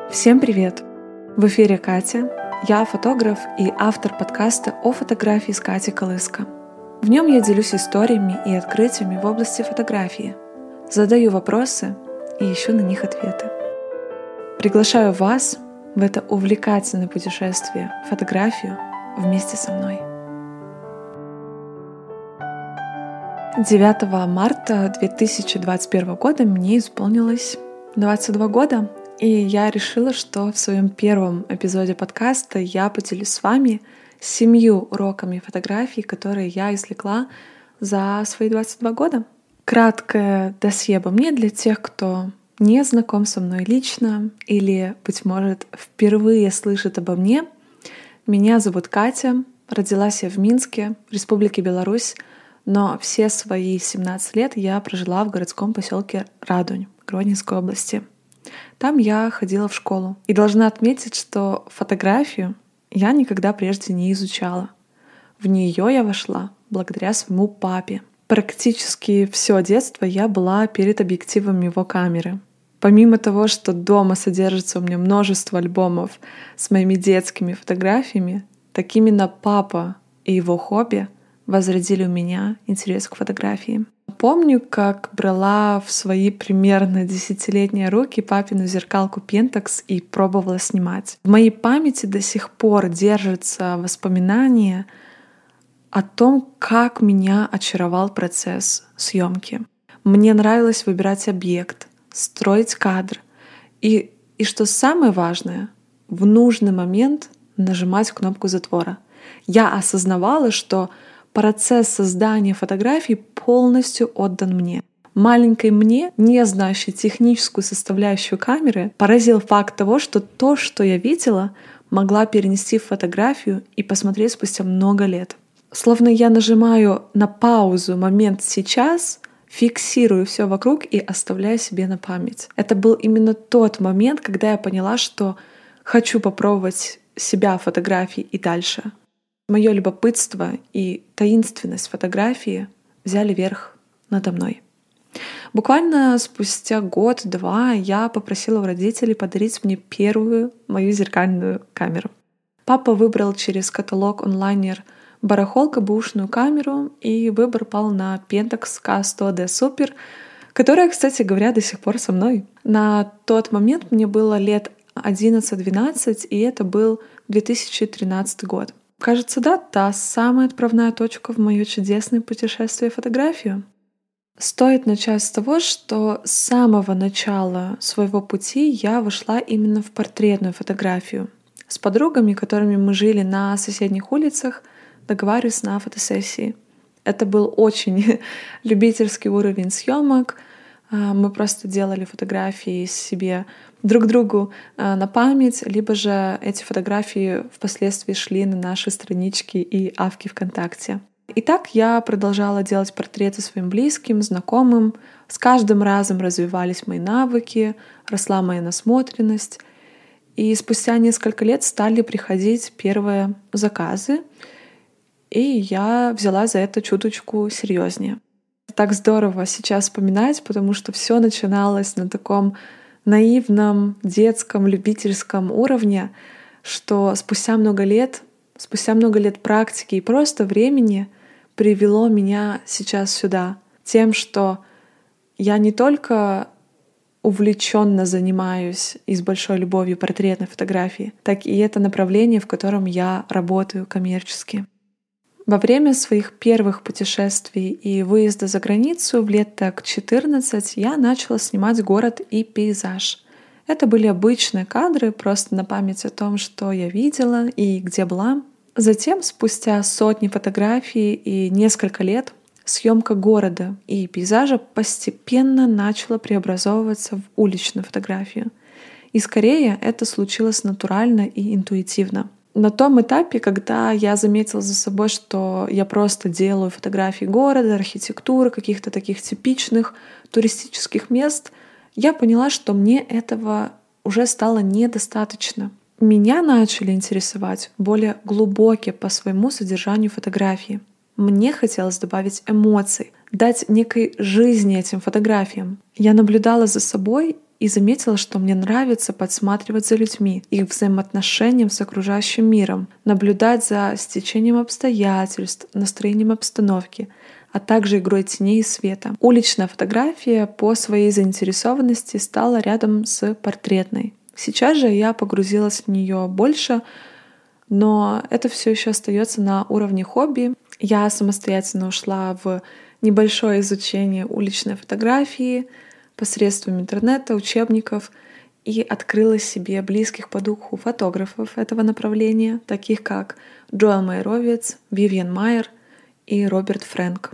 Всем привет! В эфире Катя. Я фотограф и автор подкаста о фотографии с Катей Колыско. В нем я делюсь историями и открытиями в области фотографии, задаю вопросы и ищу на них ответы. Приглашаю вас в это увлекательное путешествие в фотографию вместе со мной. 9 марта 2021 года мне исполнилось 22 года, и я решила, что в своем первом эпизоде подкаста я поделюсь с вами 7 уроками фотографии, которые я извлекла за свои 22 года. Краткое досье обо мне для тех, кто не знаком со мной лично или, быть может, впервые слышит обо мне. Меня зовут Катя, родилась я в Минске, в Республике Беларусь, но все свои 17 лет я прожила в городском поселке Радунь Гродненской области. Там я ходила в школу. И должна отметить, что фотографию я никогда прежде не изучала. В нее я вошла благодаря своему папе. Практически все детство я была перед объективом его камеры. Помимо того, что дома содержится у меня множество альбомов с моими детскими фотографиями, так именно папа и его хобби возродили у меня интерес к фотографии. Помню, как брала в свои примерно 10-летние руки папину зеркалку Pentax и пробовала снимать. В моей памяти до сих пор держатся воспоминания о том, как меня очаровал процесс съемки. Мне нравилось выбирать объект, строить кадр и что самое важное, в нужный момент нажимать кнопку затвора. Я осознавала, что процесс создания фотографий полностью отдан мне. Маленькой мне, не знающей техническую составляющую камеры, поразил факт того, что то, что я видела, могла перенести в фотографию и посмотреть спустя много лет. Словно я нажимаю на паузу момент сейчас, фиксирую все вокруг и оставляю себе на память. Это был именно тот момент, когда я поняла, что хочу попробовать себя в фотографии и дальше. Мое любопытство и таинственность фотографии взяли верх надо мной. Буквально спустя год-два я попросила у родителей подарить мне первую мою зеркальную камеру. Папа выбрал через каталог онлайнер барахолка бэушную камеру, и выбор пал на Pentax K100D Super, которая, кстати говоря, до сих пор со мной. На тот момент мне было лет 11-12, и это был 2013 год. Кажется, да, та самая отправная точка в моё чудесное путешествие в фотографию. Стоит начать с того, что с самого начала своего пути я вошла именно в портретную фотографию. С подругами, которыми мы жили на соседних улицах, договаривались на фотосессии. Это был очень любительский уровень съемок. Мы просто делали фотографии себе друг другу на память, либо же эти фотографии впоследствии шли на наши странички и авки ВКонтакте. И так я продолжала делать портреты своим близким, знакомым. С каждым разом развивались мои навыки, росла моя насмотренность. И спустя несколько лет стали приходить первые заказы, и я взяла за это чуточку серьезнее. Так здорово сейчас вспоминать, потому что все начиналось на таком наивном, детском, любительском уровне, что спустя много лет практики и просто времени привело меня сейчас сюда. Тем, что я не только увлеченно занимаюсь и с большой любовью портретной фотографией, так и это направление, в котором я работаю коммерчески. Во время своих первых путешествий и выезда за границу в лет так 14 я начала снимать город и пейзаж. Это были обычные кадры, просто на память о том, что я видела и где была. Затем, спустя сотни фотографий и несколько лет, съемка города и пейзажа постепенно начала преобразовываться в уличную фотографию. И скорее это случилось натурально и интуитивно. На том этапе, когда я заметила за собой, что я просто делаю фотографии города, архитектуры, каких-то таких типичных туристических мест, я поняла, что мне этого уже стало недостаточно. Меня начали интересовать более глубокие по своему содержанию фотографии. Мне хотелось добавить эмоций. дать некой жизни этим фотографиям. Я наблюдала за собой и заметила, что мне нравится подсматривать за людьми, их взаимоотношениям с окружающим миром, наблюдать за стечением обстоятельств, настроением обстановки, а также игрой теней и света. Уличная фотография по своей заинтересованности стала рядом с портретной. Сейчас же я погрузилась в нее больше, но это все еще остается на уровне хобби. Я самостоятельно ушла в небольшое изучение уличной фотографии посредством интернета, учебников и открыла себе близких по духу фотографов этого направления, таких как Джоэл Майровиц, Вивьен Майер и Роберт Фрэнк.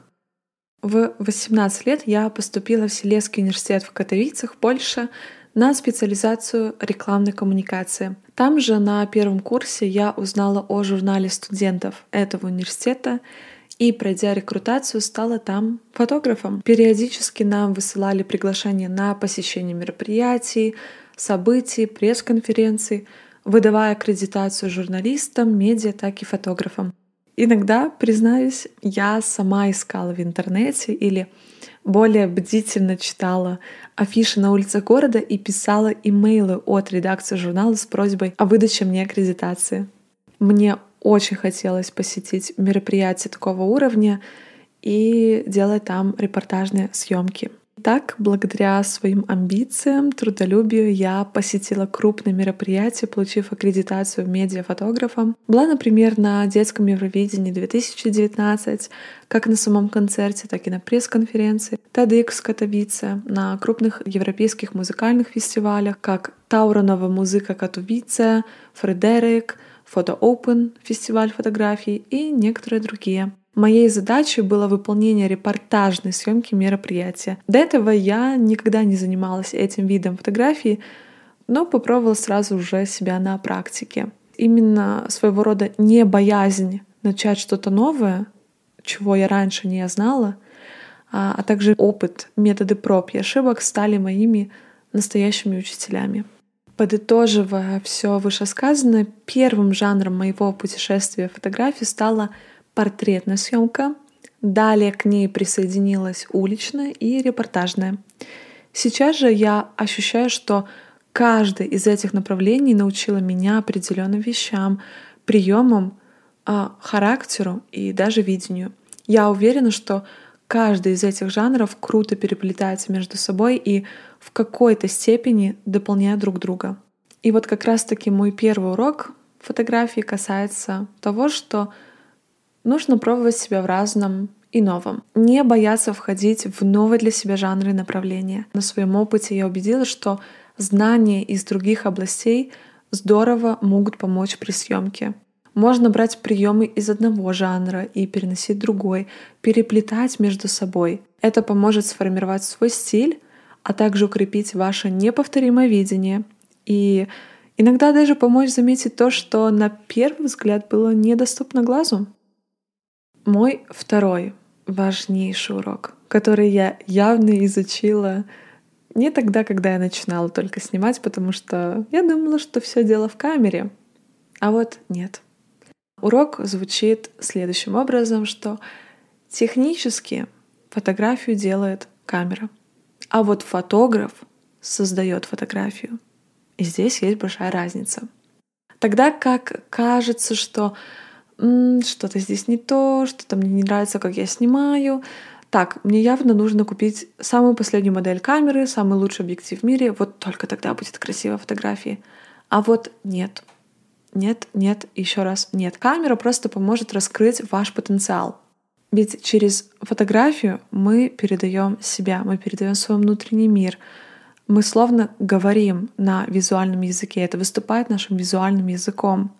В 18 лет я поступила в Силезский университет в Катовицах, Польша, на специализацию рекламной коммуникации. Там же на первом курсе я узнала о журнале студентов этого университета и, пройдя рекрутацию, стала там фотографом. Периодически нам высылали приглашения на посещение мероприятий, событий, пресс-конференций, выдавая аккредитацию журналистам, медиа, так и фотографам. Иногда, признаюсь, я сама искала в интернете или более бдительно читала афиши на улицах города и писала имейлы от редакции журнала с просьбой о выдаче мне аккредитации. Мне очень хотелось посетить мероприятие такого уровня и делать там репортажные съемки. Так, благодаря своим амбициям, трудолюбию, я посетила крупные мероприятия, получив аккредитацию медиафотографом. Была, например, на детском Евровидении 2019, как на самом концерте, так и на пресс-конференции, TEDx в Катовице, на крупных европейских музыкальных фестивалях, как Тауронова музыка Катовице, Фредерик, Photo Open, фестиваль фотографий и некоторые другие. Моей задачей было выполнение репортажной съемки мероприятия. До этого я никогда не занималась этим видом фотографии, но попробовала сразу уже себя на практике. Именно своего рода не боязнь начать что-то новое, чего я раньше не знала, а также опыт, методы проб и ошибок стали моими настоящими учителями. Подытоживая все вышесказанное, первым жанром моего путешествия в фотографии стала портретная съемка. Далее к ней присоединилась уличная и репортажная. Сейчас же я ощущаю, что каждое из этих направлений научило меня определенным вещам, приемам, характеру и даже видению. Я уверена, что каждый из этих жанров круто переплетается между собой и в какой-то степени дополняют друг друга. И вот как раз-таки мой первый урок фотографии касается того, что нужно пробовать себя в разном и новом. Не бояться входить в новые для себя жанры и направления. На своем опыте я убедилась, что знания из других областей здорово могут помочь при съемке. Можно брать приемы из одного жанра и переносить в другой, переплетать между собой. Это поможет сформировать свой стиль, а также укрепить ваше неповторимое видение и иногда даже помочь заметить то, что на первый взгляд было недоступно глазу. Мой второй важнейший урок, который я явно изучила не тогда, когда я начинала только снимать, потому что я думала, что все дело в камере. А вот нет. Урок звучит следующим образом, что технически фотографию делает камера, а вот фотограф создает фотографию. И здесь есть большая разница. Тогда как кажется, что что-то здесь не то, что-то мне не нравится, как я снимаю. Так, мне явно нужно купить самую последнюю модель камеры, самый лучший объектив в мире, вот только тогда будет красивая фотография. А вот нет. Нет, еще раз нет. Камера просто поможет раскрыть ваш потенциал. Ведь через фотографию мы передаем себя, мы передаем свой внутренний мир. Мы словно говорим на визуальном языке. Это выступает нашим визуальным языком.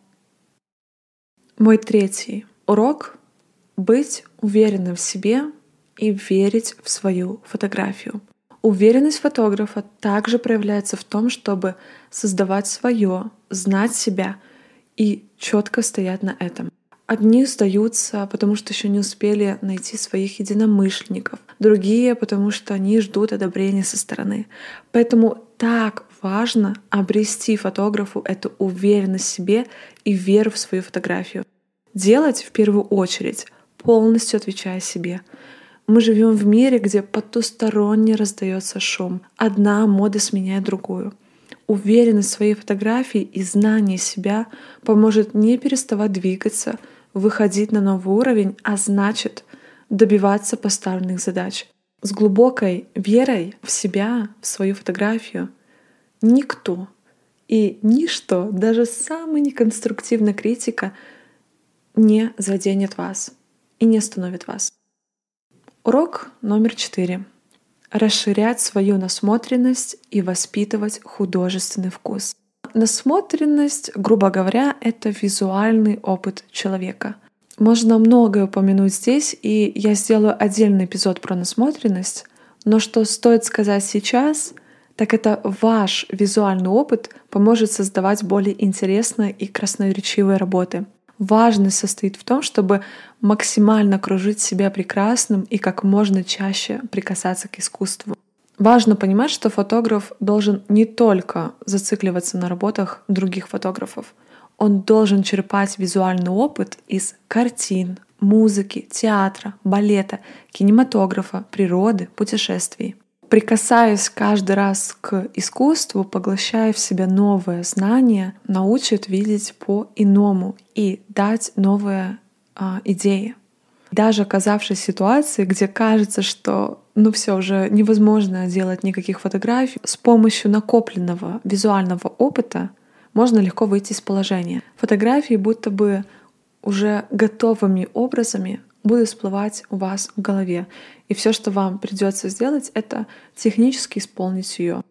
Мой третий урок — быть уверенным в себе и верить в свою фотографию. Уверенность фотографа также проявляется в том, чтобы создавать свое, знать себя и четко стоять на этом. Одни сдаются, потому что еще не успели найти своих единомышленников, другие, потому что они ждут одобрения со стороны. Поэтому так важно обрести фотографу эту уверенность в себе и веру в свою фотографию. Делать в первую очередь, полностью отвечая себе. Мы живем в мире, где потусторонне раздается шум. Одна мода сменяет другую. Уверенность в своей фотографии и знание себя поможет не переставать двигаться, выходить на новый уровень, а значит добиваться поставленных задач. С глубокой верой в себя, в свою фотографию никто и ничто, даже самая неконструктивная критика, не заденет вас и не остановит вас. Урок номер 4. Расширять свою насмотренность и воспитывать художественный вкус. Насмотренность, грубо говоря, это визуальный опыт человека. Можно многое упомянуть здесь, и я сделаю отдельный эпизод про насмотренность, но что стоит сказать сейчас, так это ваш визуальный опыт поможет создавать более интересные и красноречивые работы. Важность состоит в том, чтобы максимально окружить себя прекрасным и как можно чаще прикасаться к искусству. Важно понимать, что фотограф должен не только зацикливаться на работах других фотографов. Он должен черпать визуальный опыт из картин, музыки, театра, балета, кинематографа, природы, путешествий. Прикасаясь каждый раз к искусству, поглощая в себя новые знания, научит видеть по-иному и дать новые идеи. Даже оказавшись в ситуации, где кажется, что все уже невозможно делать никаких фотографий, с помощью накопленного визуального опыта можно легко выйти из положения. Фотографии будто бы уже готовыми образами будут всплывать у вас в голове. И все, что вам придется сделать, это технически исполнить ее.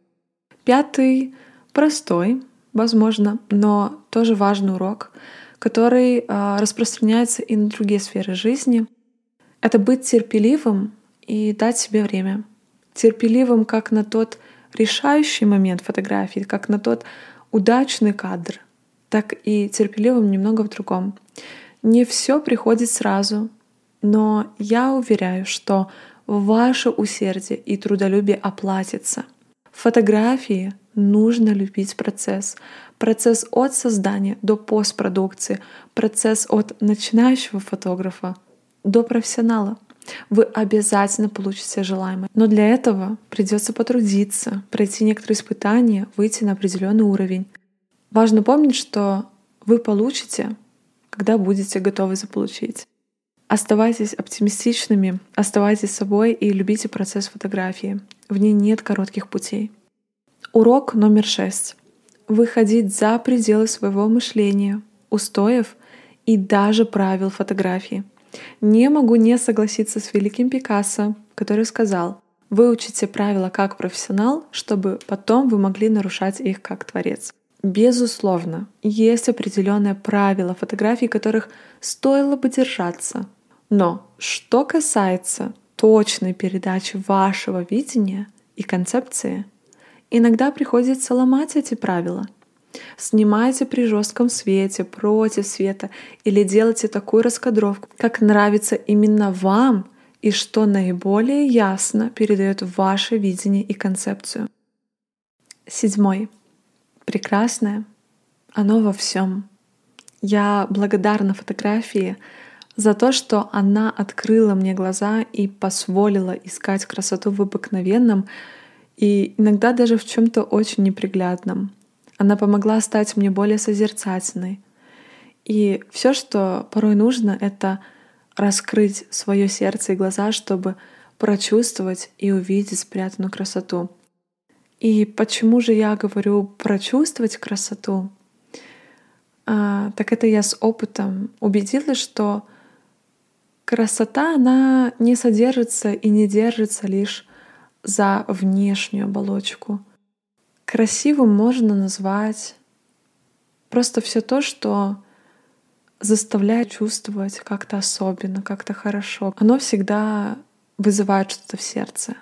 5. Простой, возможно, но тоже важный урок, который распространяется и на другие сферы жизни. Это быть терпеливым и дать себе время. Терпеливым как на тот решающий момент фотографии, как на тот удачный кадр, так и терпеливым немного в другом. Не все приходит сразу, но я уверяю, что ваше усердие и трудолюбие оплатится. В фотографии нужно любить процесс. Процесс от создания до постпродукции, процесс от начинающего фотографа до профессионала. Вы обязательно получите желаемое. Но для этого придется потрудиться, пройти некоторые испытания, выйти на определенный уровень. Важно помнить, что вы получите, когда будете готовы заполучить. Оставайтесь оптимистичными, оставайтесь собой и любите процесс фотографии. В ней нет коротких путей. Урок номер 6. Выходить за пределы своего мышления, устоев и даже правил фотографии. Не могу не согласиться с великим Пикассо, который сказал: «Выучите правила как профессионал, чтобы потом вы могли нарушать их как творец». Безусловно, есть определенные правила фотографий, которых стоило бы держаться. Но что касается точной передачи вашего видения и концепции, иногда приходится ломать эти правила. Снимайте при жестком свете, против света или делайте такую раскадровку, как нравится именно вам и что наиболее ясно передает ваше видение и концепцию. 7. Прекрасное, оно во всем. Я благодарна фотографии за то, что она открыла мне глаза и позволила искать красоту в обыкновенном и иногда даже в чем-то очень неприглядном. Она помогла стать мне более созерцательной. И все, что порой нужно, это раскрыть свое сердце и глаза, чтобы прочувствовать и увидеть спрятанную красоту. И почему же я говорю прочувствовать красоту? Так это я с опытом убедилась, что красота, она не содержится и не держится лишь за внешнюю оболочку. Красивым можно назвать просто все то, что заставляет чувствовать как-то особенно, как-то хорошо. Оно всегда вызывает что-то в сердце.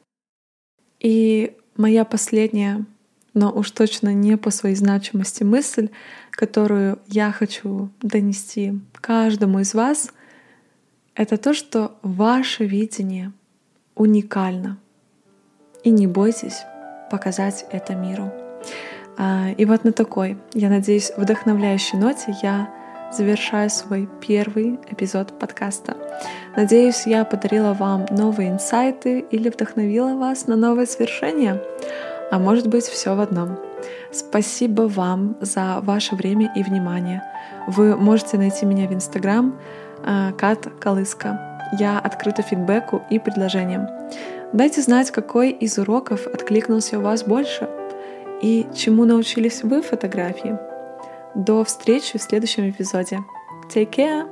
И моя последняя, но уж точно не по своей значимости мысль, которую я хочу донести каждому из вас, это то, что ваше видение уникально. И не бойтесь показать это миру. И вот на такой, я надеюсь, вдохновляющей ноте я завершаю свой первый эпизод подкаста. Надеюсь, я подарила вам новые инсайты или вдохновила вас на новые свершения, а может быть, все в одном. Спасибо вам за ваше время и внимание. Вы можете найти меня в Инстаграм Кат Колыска. Я открыта фидбэку и предложениям. Дайте знать, какой из уроков откликнулся у вас больше и чему научились вы в фотографии. До встречи в следующем эпизоде. Take care!